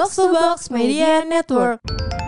Box to Box Media Network.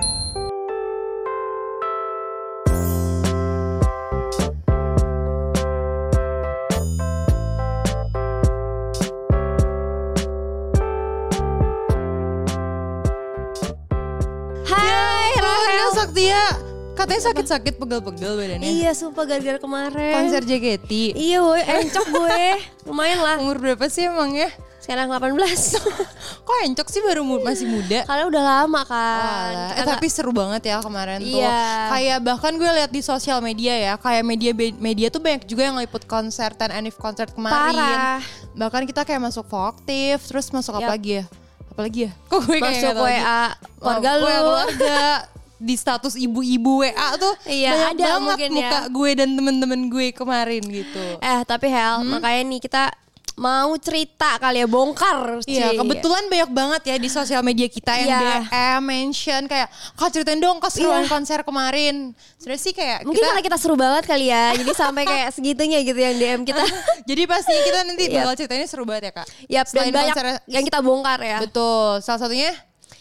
Saktia katanya sakit-sakit pegel-pegel badannya. Iya sumpah gara-gara kemarin konser JKT. Iya woy, encok gue. Lumayan lah. Umur berapa sih emang ya? Sekarang 18. Kok encok sih, baru masih muda? Karena udah lama kan. Tapi seru banget ya kemarin tuh. Iya. Kayak bahkan gue lihat di sosial media ya, kayak media tuh banyak juga yang ngeliput konser 10 Anniv konser kemarin. Parah. Bahkan kita kayak masuk Voktif, terus masuk apa lagi ya? Apalagi ya? Kok gue kayak masuk WA keluarga lu. Keluarga. Di status ibu-ibu WA tuh iya, banyak ada banget mungkin muka ya. gue dan temen-temen gue kemarin gitu. Tapi Hel, makanya nih kita mau cerita kali ya, bongkar. Iya, kebetulan banyak banget ya di sosial media kita yang DM, mention kayak, Kak ceritain dong keseruan konser kemarin. Sebenarnya sih kayak mungkin karena kita seru banget kali ya, jadi sampai kayak segitunya gitu yang DM kita. Jadi pastinya kita nanti bakal ceritainnya seru banget ya Kak. Yap, dan banyak yang kita bongkar ya. Betul, salah satunya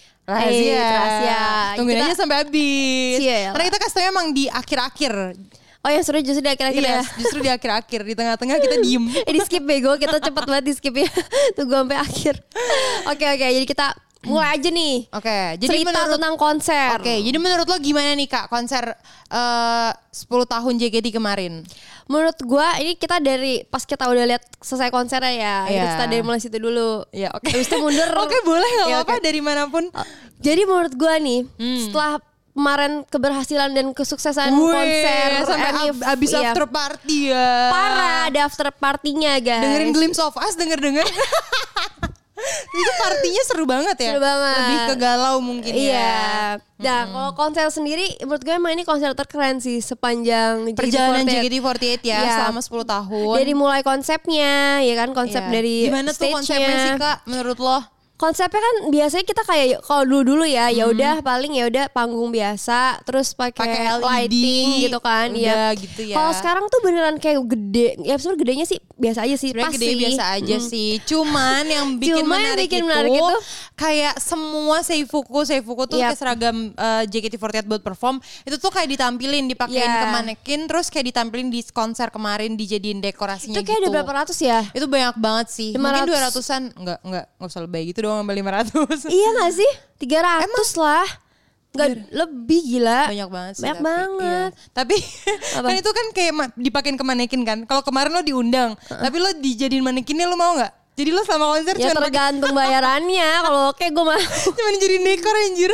rahasia. Tungguin aja sampai habis. Karena kita kasih tau emang di akhir-akhir. Oh ya, seru justru di akhir-akhir ya. Justru di akhir-akhir, di tengah-tengah kita diem. Di skip bego, kita cepet banget di skip ya. Tunggu sampai akhir. Oke, jadi kita mulai aja nih. Jadi cerita tentang konser. Jadi menurut lo gimana nih Kak konser 10 tahun JKT kemarin? Menurut gue ini kita dari pas kita udah lihat selesai konsernya ya, kita dari mulai situ dulu. Iya, Habis itu mundur. Boleh nggak apa-apa dari manapun. Jadi menurut gue nih, setelah kemarin keberhasilan dan kesuksesan konser sampai abis after party ya. Parah, ada after partinya guys. Dengerin Glimpse of Us, denger. Itu partinya seru banget ya. Seru banget. Lebih ke galau mungkin ya. Nah kalau konser sendiri menurut gue emang ini konser terkeren sih sepanjang perjalanan JKT48 ya selama 10 tahun. Dari mulai konsepnya ya kan, konsep dari gimana tuh konsepnya sih Kak menurut lo? Konsepnya kan biasanya kita kayak kalau dulu ya udah paling ya udah panggung biasa terus pakai lighting gitu kan ya gitu ya. Kalau sekarang tuh beneran kayak gede, ya sebenarnya gedenya sih biasa aja sih, pas gede biasa aja sih. Cuman yang bikin menarik itu kayak semua Seifuku tuh kayak seragam JKT48 buat perform itu tuh kayak ditampilin dipakein ke manekin terus kayak ditampilin di konser kemarin dijadiin dekorasinya itu kayak gitu. Ada berapa ratus ya? Itu banyak banget sih. 500. Mungkin 200-an. Enggak usah lebih gitu dong, sampai 500. Iya gak sih? 300 lah. Enggak lebih, gila. Banyak banget sih. Banyak banget. Iya. Tapi kan itu kan kayak dipakein ke manekin kan. Kalau kemarin lo diundang, tapi lo dijadiin manekinnya, lo mau gak? Jadi lo selama konser ya tergantung bayarannya. Kalau oke gue mah cuma jadi dekor anjir.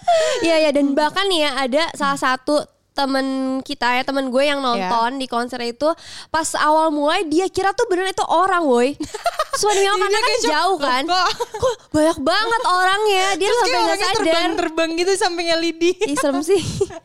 Iya dan bahkan nih ya ada salah satu temen gue yang nonton di konser itu, pas awal mulai dia kira tuh beneran itu orang woi. Soalnya karena kan jauh kan, kok banyak banget orangnya, dia tuh sampai nggak sadar. Terbang gitu sampingnya Lidi. Serem sih.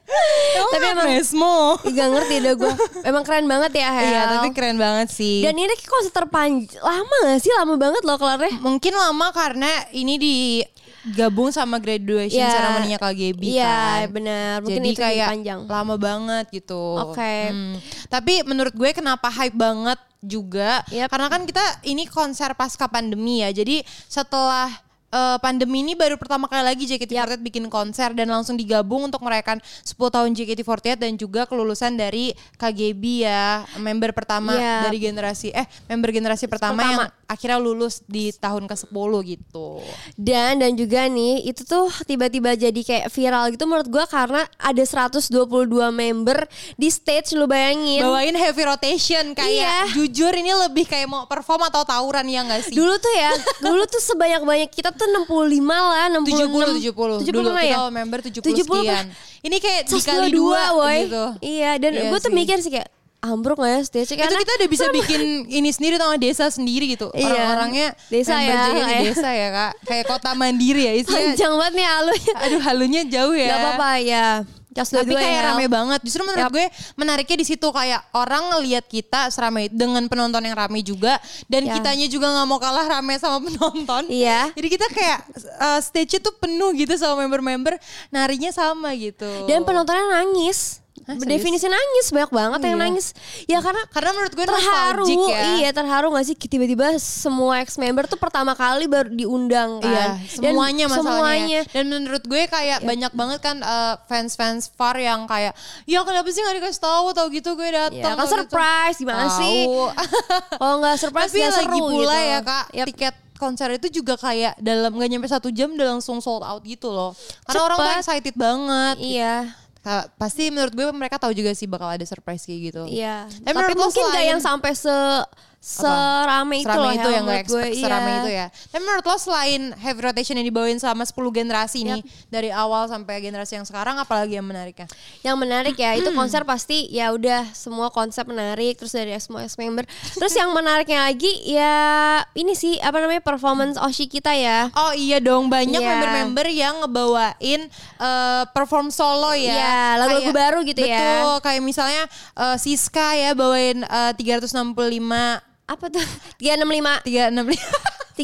Tapi emang gak ngerti dah gue. Emang keren banget ya Hel. Iya tapi keren banget sih. Dan ini konser terpanjang, lama gak sih? Lama banget loh kelarnya. Mungkin lama karena ini digabung sama graduation ceremony-nya KGB kan. Iya benar. Mungkin jadi itu kayak panjang. Lama banget gitu. Oke. Tapi menurut gue kenapa hype banget juga karena kan kita ini konser pasca pandemi ya. Jadi setelah pandemi ini baru pertama kali lagi JKT48 bikin konser dan langsung digabung untuk merayakan 10 tahun JKT48 dan juga kelulusan dari KGB ya, member pertama dari member generasi pertama yang akhirnya lulus di tahun ke-10 gitu. Dan juga nih itu tuh tiba-tiba jadi kayak viral gitu menurut gue karena ada 122 member di stage, lu bayangin. Bawain heavy rotation kayak jujur ini lebih kayak mau perform atau tawuran ya gak sih? Dulu tuh sebanyak-banyak kita tuh 65 lah, 70 dulu ya? kita member 70 sekian. Ini kayak dikali 2 gitu. Iya dan gue tuh mikir sih kayak ambruk gak ya stage itu kita udah bisa bikin ini sendiri tau, desa sendiri gitu. Orang-orangnya desa desa ya Kak. Kayak kota mandiri ya istilahnya. Panjang banget nih halunya. Aduh halunya jauh ya. Gak apa-apa ya. Tapi kayak rame banget. Justru menurut gue menariknya di situ kayak orang ngelihat kita seramai dengan penonton yang rame juga dan kitanya juga nggak mau kalah rame sama penonton. Iya. Jadi kita kayak stage-nya tuh penuh gitu sama member-member, narinya sama gitu. Dan penontonnya nangis. Definisi nangis banyak banget yang nangis. Ya karena menurut gue terharu ya. Iya terharu gak sih tiba-tiba semua ex-member tuh pertama kali baru diundang kan. Semuanya masalahnya. Dan menurut gue kayak banyak banget kan fans VAR yang kayak ya kenapa sih gak dikasih tahu gitu gue datang. Kan surprise gitu. Gimana sih? Kalau gak surprise tapi gak seru lagi pula gitu. ya Kak, tiket konser itu juga kayak dalam gak nyampe 1 jam udah langsung sold out gitu loh. Karena orang tuh excited banget. Iya. Pasti menurut gue mereka tahu juga sih bakal ada surprise kayak gitu. Iya. Tapi mungkin gak yang sampai serame itu loh yang gak gue. Serame itu ya. Tapi menurut lo selain heavy rotation yang dibawain selama 10 generasi nih, dari awal sampai generasi yang sekarang, apalagi yang menariknya? Yang menarik ya itu konser pasti ya udah semua konsep menarik, terus dari semua ex-member. Terus yang menariknya lagi ya ini sih performance Oshi kita ya. Oh iya dong, banyak member-member yang ngebawain perform solo ya. Iya, lagu-lagu baru gitu ya. Betul, kayak misalnya Siska ya bawain 365 apa tuh? 365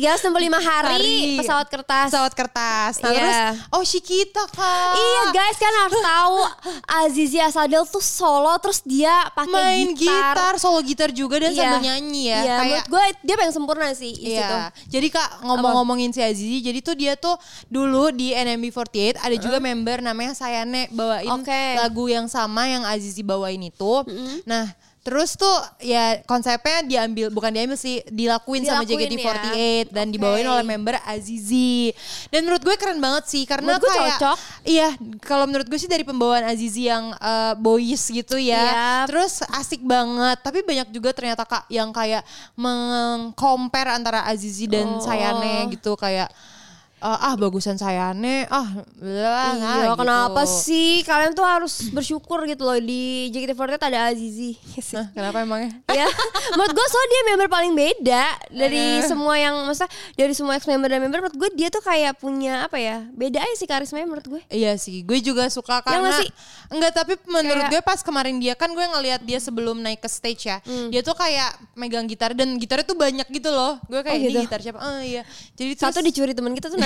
hari pesawat kertas. Nah terus Oshi kita Kak. Iya guys kan harus tahu Azizi Asadel tuh solo terus dia pakai main gitar, solo gitar juga dan sambil nyanyi ya. Iya, kayak menurut gue dia paling sempurna sih di situ. Jadi Kak ngomongin si Azizi, jadi tuh dia tuh dulu di NMB48 ada juga member namanya Sayane bawain lagu yang sama yang Azizi bawain itu. Nah terus tuh ya konsepnya bukan diambil sih, dilakuin sama JKT48 dan dibawain oleh member Azizi. Dan menurut gue keren banget sih karena menurut gue kayak cocok. Iya, kalau menurut gue sih dari pembawaan Azizi yang boys gitu ya. Terus asik banget, tapi banyak juga ternyata Kak yang kayak meng-compare antara Azizi dan Sayane gitu kayak bagusan Sayane iya gitu. Kenapa sih kalian tuh harus bersyukur gitu loh di JKT48 ada Azizi. Kenapa emangnya? Ya menurut gue soalnya dia member paling beda dari semua yang maksudnya dari semua ex member dan member. Menurut gue dia tuh kayak punya beda aja sih karismanya menurut gue. Iya sih, gue juga suka karena tapi menurut gue pas kemarin dia kan gue ngelihat dia sebelum naik ke stage ya, dia tuh kayak megang gitar dan gitarnya tuh banyak gitu loh. Gue kayak ini gitar siapa? Iya. Jadi satu dicuri teman kita tuh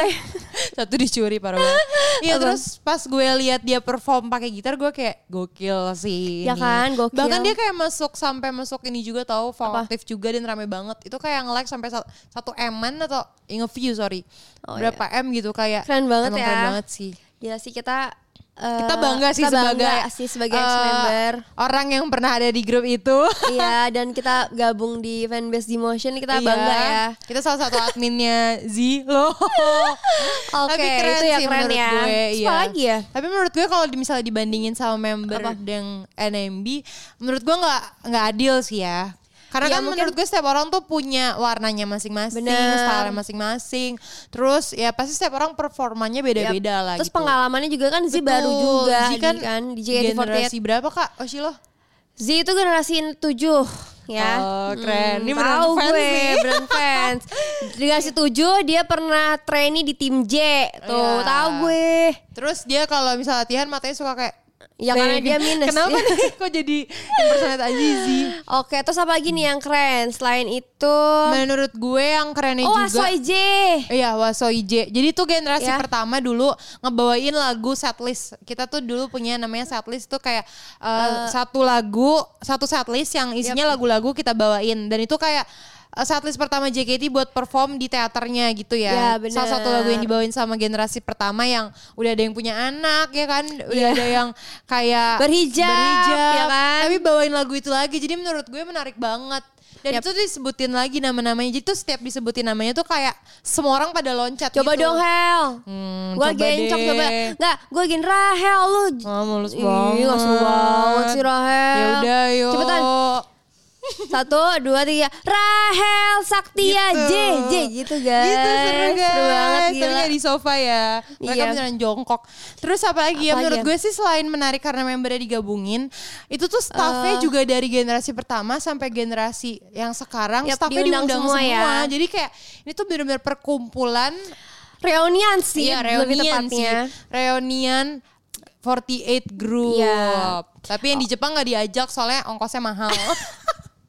satu dicuri parah banget. Iya terus pas gue lihat dia perform pakai gitar gue kayak gokil sih. Ya kan gokil. Bahkan dia kayak sampai masuk ini juga tahu Fall Active juga dan rame banget. Itu kayak nge-like sampai 1 M-an atau nge-view berapa M gitu kayak. Keren banget ya. Keren banget sih. Gila sih kita bangga sih sebagai ex-member orang yang pernah ada di grup itu. Iya dan kita gabung di fanbase Demotion, kita bangga ya. Kita salah satu adminnya Z loh. Tapi keren itu ya sih keren ya. Gue, apa lagi ya? Tapi menurut gue kalau misalnya dibandingin sama member yang NMB, menurut gue nggak adil sih ya. Karena kan menurut gue setiap orang tuh punya warnanya masing-masing, style masing-masing. Terus ya pasti setiap orang performanya beda-beda lah. Terus gitu. pengalamannya juga kan Z baru juga Z kan di JKT48. Generasi berapa Kak Oshi lo? Z itu generasi 7 ya. Oh keren. Ini tahu fans gue nih. Beneran fans. Generasi 7 dia pernah trainee di tim J. Tuh tahu gue. Terus dia kalau misalnya latihan matanya suka kayak ya karena dia minus. Kenapa nih kok jadi impersonate Azizi? Oke, terus apa lagi nih yang keren? Selain itu menurut gue yang kerennya juga Wasoij. Iya Wasoij. Jadi tuh generasi pertama dulu ngebawain lagu setlist. Kita tuh dulu punya namanya setlist tuh kayak satu setlist yang isinya lagu-lagu kita bawain. Dan itu kayak setlist pertama JKT buat perform di teaternya gitu ya. Salah satu lagu yang dibawain sama generasi pertama yang udah ada yang punya anak ya kan, udah ada yang kayak berhijab ya kan. Tapi bawain lagu itu lagi. Jadi menurut gue menarik banget. Dan itu disebutin lagi nama-namanya. Jadi tuh setiap disebutin namanya tuh kayak semua orang pada loncat coba gitu. Dong Hel. Gue gencok coba. Enggak, gue gini Rahel lu. Mulus banget. Gak seru banget sih Rahel. Yaudah yuk. Cepetan. 1, 2, 3 Rahel Saktia gitu. J gitu guys. Gitu seru banget gila. Tapi gak di sofa ya. Mereka beneran jongkok. Terus apa lagi ya menurut gue sih selain menarik karena membernya digabungin, itu tuh staffnya juga dari generasi pertama sampai generasi yang sekarang staffnya diundang semua ya. Jadi kayak ini tuh bener-bener perkumpulan reunian sih lebih tepatnya. Reunian 48 group. Tapi yang di Jepang gak diajak soalnya ongkosnya mahal.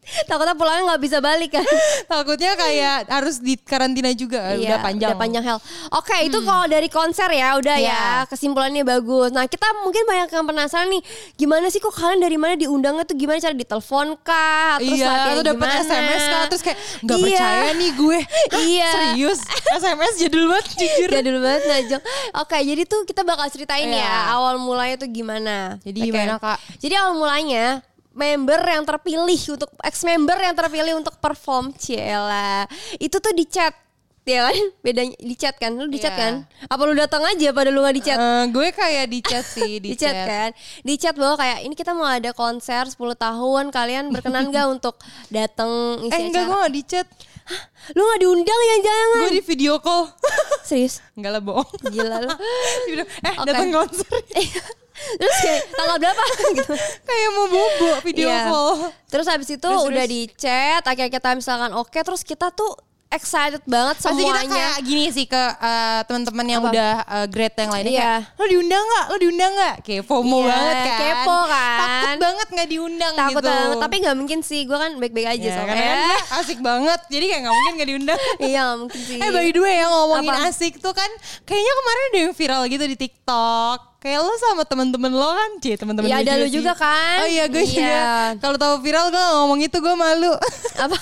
Takutnya pulangnya nggak bisa balik kan. Takutnya kayak harus di karantina juga. Iya, udah panjang hell. Oke, itu kalau dari konser ya udah ya kesimpulannya bagus. Nah kita mungkin banyak yang penasaran nih, gimana sih kok kalian dari mana diundangnya tuh, gimana cara ditelepon kah? Terus atau dapat SMS kah? Terus kayak nggak percaya nih gue. Serius SMS jadul banget jujur. Jadul banget Najong. Oke, jadi tuh kita bakal ceritain ya awal mulanya tuh gimana. Jadi gimana Kak? Jadi awal mulanya member yang terpilih untuk ex-member yang terpilih untuk perform Ciela itu tuh di chat ya kan, bedanya di chat kan, lu di chat kan, apa lu datang aja pada lu nggak di chat? Gue kayak di chat sih, di chat kan, di chat bahwa kayak ini kita mau ada konser 10 tahun, kalian berkenan gak untuk datang isi acara? Enggak, gue nggak di chat. Hah? Lu gak diundang ya, jangan? Gue di video call. Serius? Enggak lah, bohong. Gila lu. Datang konser. Terus kayak tanggal berapa gitu. Kayak mau bobo video call. Terus habis itu udah di chat, akhirnya kita misalkan oke, terus kita tuh excited banget semuanya. Pasti kita kayak gini sih ke teman-teman yang udah grade yang lainnya kayak, lo diundang nggak? Kayak FOMO banget kan. Kepo kan. Takut banget nggak diundang gitu. Takut banget, tapi nggak mungkin sih. Gue kan baik-baik aja soalnya. Kan asik banget, jadi kayak nggak mungkin nggak diundang. Iya nggak mungkin sih. By the way ya ngomongin asik tuh kan, kayaknya kemarin ada yang viral gitu di TikTok. Kayak lo sama teman-teman lo kan, teman-teman ya, ada lo juga kan. Oh iya gue juga. Kalau tahu viral gue ngomong itu gue malu. Apa?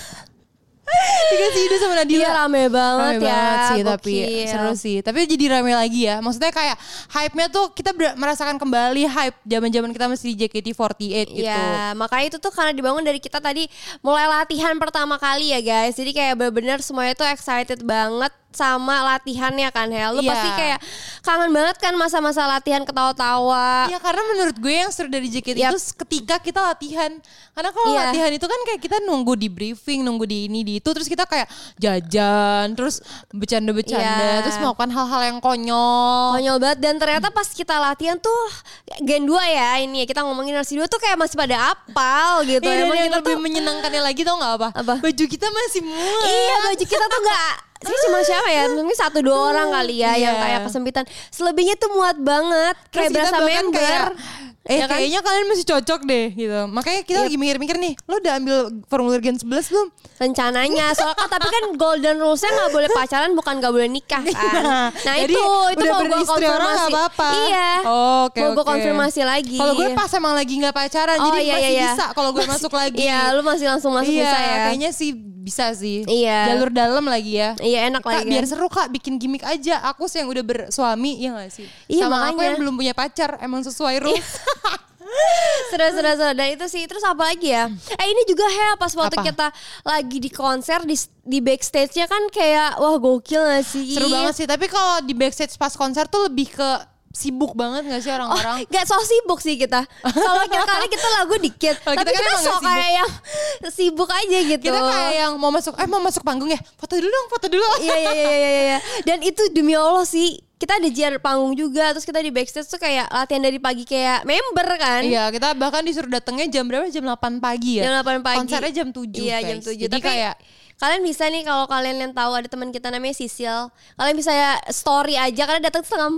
Dikasih ide sama Nadila. Iya rame banget sih, tapi seru sih. Tapi jadi rame lagi ya. Maksudnya kayak hype-nya tuh kita merasakan kembali hype zaman-zaman kita masih di JKT48 gitu. Iya, makanya itu tuh karena dibangun dari kita tadi mulai latihan pertama kali ya guys. Jadi kayak bener-bener semuanya tuh excited banget sama latihannya kan Hel. Lu pasti kayak kangen banget kan masa-masa latihan ketawa-tawa. Iya, karena menurut gue yang seru dari JKT itu ketika kita latihan. Karena kalau latihan itu kan kayak kita nunggu di briefing, nunggu di ini di itu, terus kita kayak jajan, terus bercanda-bercanda, terus melakukan hal-hal yang konyol. Konyol banget. Dan ternyata pas kita latihan tuh Gen 2 ya ini ya, kita ngomongin Narsi 2 tuh kayak masih pada apal gitu. Emang kita lebih menyenangkannya lagi tau gak apa? Baju kita masih muat. Iya, baju kita tuh gak sih cuma siapa ya? Mungkin 1-2 orang kali ya yang kayak kesempitan. Selebihnya tuh muat banget. Kayak berasa member. Ya kan? Kayaknya kalian masih cocok deh gitu. Makanya kita lagi mikir-mikir nih, lo udah ambil formulir Gen 11 belum? Rencananya, soalnya tapi kan golden rulesnya gak boleh pacaran, bukan gak boleh nikah kan. Nah jadi, itu mau gue konfirmasi. Gak apa-apa. Iya. Mau gue konfirmasi lagi. Kalau gue pas emang lagi gak pacaran, jadi masih bisa kalau gue masuk lagi. Iya, lu masih langsung masuk bisa ya. Kayaknya sih bisa sih. Iya. Jalur dalam lagi ya. Iya, enak lagi. Biar seru Kak, bikin gimmick aja. Aku sih yang udah bersuami, ya gak sih? Iya, sama makanya. aku yang belum punya pacar, emang sesuai rules. Seru. Dan itu sih. Terus apa lagi ya? Ini juga pas waktu kita lagi di konser di backstage-nya kan kayak wah gokil gak sih? Seru banget sih. Tapi kalau di backstage pas konser tuh lebih ke sibuk banget gak sih orang-orang? Gak so sibuk sih kita. Kalau kali kita lagu dikit. Tapi kita kan so kayak yang sibuk aja gitu. Kita kayak yang mau masuk panggung ya. Foto dulu. Iya. Dan itu demi Allah sih. Kita ada JR panggung juga. Terus kita di backstage tuh kayak latihan dari pagi kayak member kan. Iya, kita bahkan disuruh datangnya jam berapa? Jam 8 pagi ya. Jam 8 pagi. Konsernya jam 7. Iya, guys. jam 7. Jadi tapi kayak kalian bisa nih kalau kalian yang tahu ada teman kita namanya Sisil. Kalian bisa ya story aja karena datang 3:30.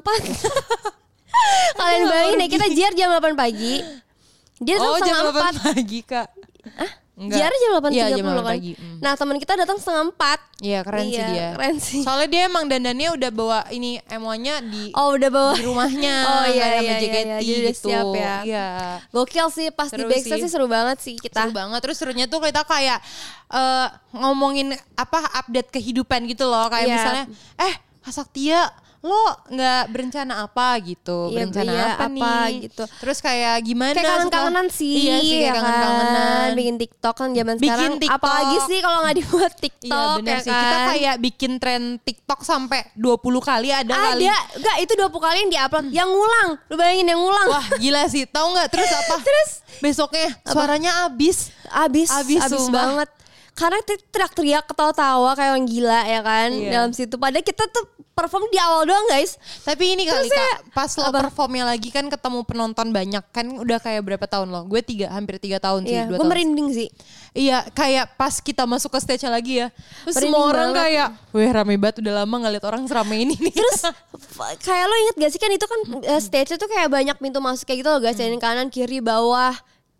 Kalian bayangin ya, kita JR jam 8 pagi. Dia datang jam 3:30 pagi Kak. JR jam 8.30 jam 8 kan. pagi. Nah teman kita datang 3:30. Iya keren sih dia. Keren sih. Soalnya dia emang dandannya udah bawa ini emonya udah bawa di rumahnya. iya. JKT Jadi udah gitu. siap ya. Iya. Gokil sih pas di backstage sih seru banget sih kita. Seru banget. Terus serunya tuh kita kayak ngomongin update kehidupan gitu loh. Kayak misalnya Kak Saktia, lo nggak berencana apa gitu? Berencana apa nih? Gitu. Terus kayak gimana? Kayak kangen-kangenan sih. Iya sih kayak kangen-kangenan. Bikin TikTok kan zaman sekarang. Apalagi sih kalau nggak dibuat TikTok. Iya benar sih. Kita kayak bikin tren TikTok sampai 20 kali ada kali. Enggak, itu 20 kali yang diupload. Yang ngulang. Lu bayangin yang ngulang. Wah gila sih. Tahu nggak terus apa? Terus besoknya suaranya abis banget. Karena teriak-teriak ketawa-tawa kayak orang gila ya kan dalam situ. Padahal kita tuh perform di awal doang guys. Tapi ini kali Kak, pas lo performnya lagi kan ketemu penonton banyak kan udah kayak berapa tahun lo? Gue hampir 3 tahun sih. 2 tahun. Gue merinding sih. Iya kayak pas kita masuk ke stage lagi ya. Terus semua orang kayak weh rame banget, udah lama gak liat orang serame ini nih. Terus kayak lo inget gak sih kan itu kan stage-nya tuh kayak banyak pintu masuk kayak gitu loh guys. Dari kanan, kiri, bawah.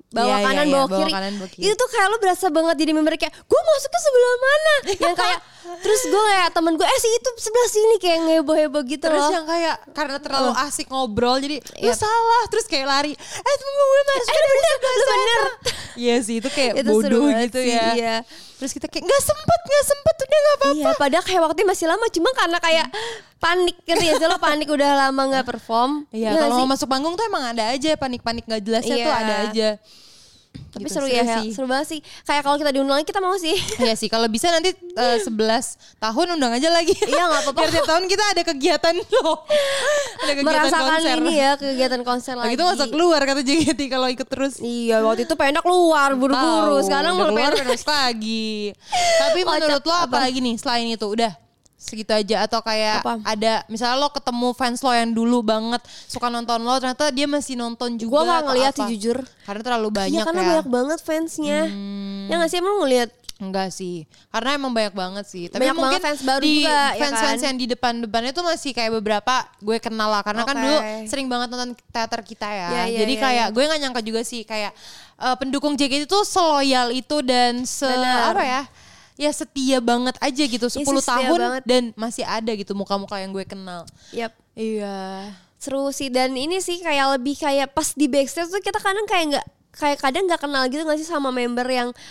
bawa kanan bawa kiri. Itu tuh kayak lu berasa banget jadi member kayak gue masuknya sebelah mana. Yang kayak terus gue kayak temen gue sih itu sebelah sini kayak ngeheboh-heboh gitu terus loh. Terus yang kayak karena terlalu asik ngobrol jadi lu salah terus kayak lari. Tunggu gue masuk. Lu bener. Iya sih itu kayak itu bodoh gitu sih, ya. Iya. Terus kita kayak gak sempet udah gak apa-apa. Iya padahal kayak waktunya masih lama cuma karena kayak panik gitu ya. Lo panik udah lama gak perform. Iya ya, kalau masuk panggung tuh emang ada aja panik-panik gak jelasnya tuh ada aja. Tapi gitu, seru ya sih. Seru banget sih. Kayak kalau kita diundang lagi kita mau sih. Iya sih kalau bisa nanti 11 tahun undang aja lagi. Iya gak apa-apa. Biar tiap tahun kita ada kegiatan loh. Ada kegiatan merasakan konser. Ini ya kegiatan konser lagi. Itu gak usah keluar kata JKT kalau ikut terus. Iya waktu itu pengen keluar buru-buru. Sekarang mau keluar pengen lagi. Tapi menurut lo apa lagi nih selain itu udah? Segitu aja atau kayak ada misalnya lo ketemu fans lo yang dulu banget suka nonton lo ternyata dia masih nonton juga. Gue gak ngeliat sih jujur karena terlalu banyak karena banyak banget fansnya. Ya gak sih emang lo ngeliat? Enggak sih karena emang banyak banget sih. Tapi banyak mungkin fans baru di juga fans-fans yang di depannya tuh masih kayak beberapa gue kenal lah karena kan dulu sering banget nonton teater kita ya. Jadi kayak gue gak nyangka juga sih kayak pendukung JKT itu seloyal itu dan apa ya? Ya setia banget aja gitu 10 tahun banget. Dan masih ada gitu muka-muka yang gue kenal. Iya. Seru sih dan ini sih kayak lebih kayak pas di backstage tuh kita kadang kayak kadang nggak kenal gitu nggak sih sama member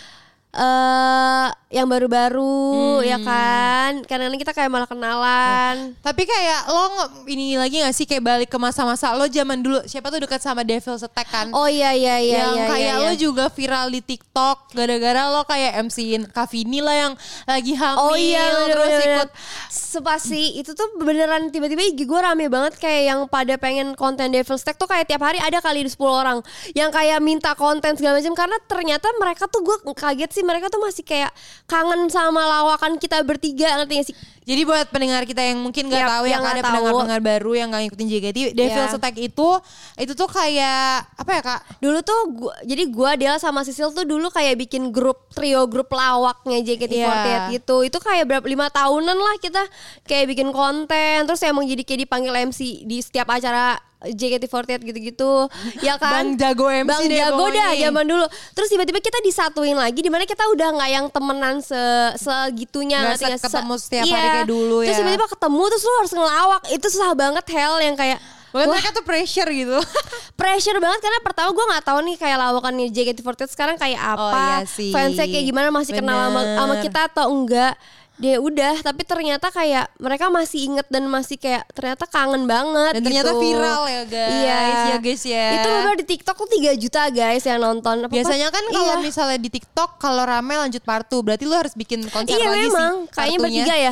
yang baru-baru ya kan karena kita kayak malah kenalan. Tapi kayak lo ini lagi gak sih kayak balik ke masa-masa lo zaman dulu siapa tuh dekat sama Devil's Attack kan? Oh iya yang kayak lo juga viral di TikTok gara-gara lo kayak MC-in Kavini lah yang lagi hamil. Oh iya terus ikut sepasi itu tuh beneran tiba-tiba IG gue rame banget kayak yang pada pengen konten Devil's Attack tuh kayak tiap hari ada kali 10 orang yang kayak minta konten segala macam karena ternyata mereka tuh gue kaget sih mereka tuh masih kayak kangen sama lawakan kita bertiga ngerti gak sih? Jadi buat pendengar kita yang mungkin gak tahu yang ada pendengar-pendengar baru yang gak ngikutin JKT, Devil's Attack itu tuh kayak apa ya kak? Dulu tuh jadi gue Dela sama Sisil tuh dulu kayak bikin trio grup lawaknya JKT48 gitu. Itu kayak 5 tahunan lah kita kayak bikin konten terus emang jadi kayak dipanggil MC di setiap acara JKT48 gitu-gitu ya kan. Bang Jago MC Bang Jago dah zaman dulu. Terus tiba-tiba kita disatuin lagi dimana kita udah gak yang temenan segitunya gak ketemu setiap hari kayak dulu ya. Terus tiba-tiba ketemu terus lu harus ngelawak. Itu susah banget yang kayak mereka tuh pressure gitu. Pressure banget karena pertama gue gak tahu nih kayak lawakan JKT48 sekarang kayak apa. Fansnya kayak gimana masih kenal sama kita atau enggak. Dia udah tapi ternyata kayak mereka masih inget dan masih kayak ternyata kangen banget dan ternyata gitu. Viral ya guys ya. Itu bener di TikTok tuh 3 juta guys yang nonton. Biasanya kan kalau misalnya di TikTok kalau rame lanjut part 2 berarti lu harus bikin konser lagi sih. Iya memang kayaknya bertiga ya.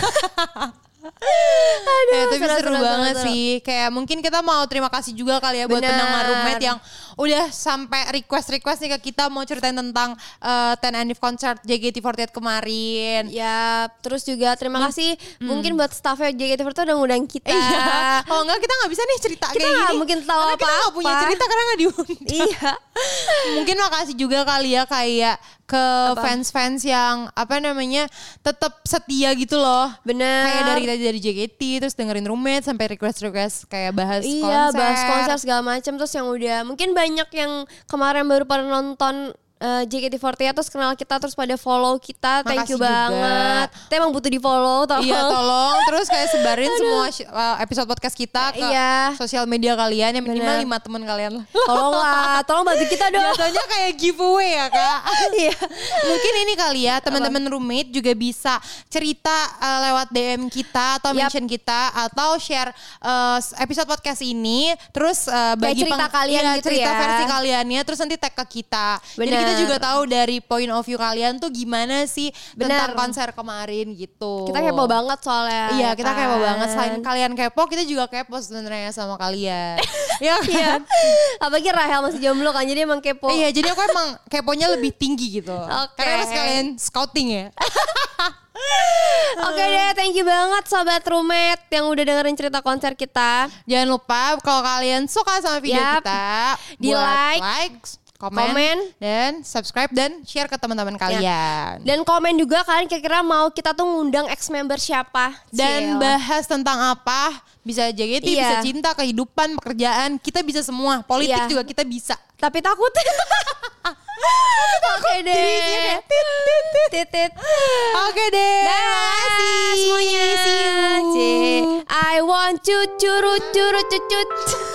Aduh, ya, tapi seru banget sih. Kayak mungkin kita mau terima kasih juga kali ya buat pendengar Roommate yang udah sampai request nih ke kita mau ceritain tentang 10 Anniv Concert JKT48 kemarin. Ya, terus juga terima kasih mungkin buat staffnya JKT48 udah ngundang kita. Iya. Kalau enggak kita nggak bisa nih cerita kita kayak gini. Kita mungkin tahu apa-apa. Kita nggak punya cerita karena nggak diundang. Iya. Mungkin makasih juga kali ya kayak ke fans-fans yang apa namanya tetap setia gitu loh. Bener. Kayak dari JKT terus dengerin Roommate sampai request kayak bahas konser. Iya, bahas konser segala macam terus yang udah mungkin banyak yang kemarin baru pada nonton JKT48 terus kenal kita terus pada follow kita. Thank you banget. Kita emang butuh di follow tolong. Iya tolong. Terus kayak sebarin semua episode podcast kita ke sosial media kalian. Yang minimal 5 teman kalian lah. Tolong lah. Tolong bantu kita dong. Jatuhnya kayak giveaway ya kak. Iya. Mungkin ini kali ya teman-teman Roommate juga bisa cerita lewat DM kita atau mention kita atau share episode podcast ini. Terus bagi cerita kalian gitu cerita ya. versi kaliannya. Terus nanti tag ke kita. Bener. Jadi kita juga tahu dari point of view kalian tuh gimana sih tentang konser kemarin gitu. Kita kepo banget soalnya. Iya, kita kepo banget. Selain kalian kepo, kita juga kepo sebenarnya sama kalian. Ya kan? Iya. Apalagi Rahel masih jomblo kan, jadi emang kepo. Iya, jadi aku emang keponya lebih tinggi gitu. Oke. Karena harus kalian scouting ya. Oke deh, thank you banget Sobat Roommate yang udah dengerin cerita konser kita. Jangan lupa kalau kalian suka sama video kita, di like, komen, dan subscribe dan share ke teman-teman kalian. Dan komen juga kalian kira-kira mau kita tuh ngundang ex-member siapa dan bahas tentang apa. Bisa JKT, bisa cinta, kehidupan, pekerjaan, kita bisa semua. Politik juga kita bisa. Tapi takut. Oke deh. Titit. Oke deh. Dah semuanya. See you. I want cucuru cucut.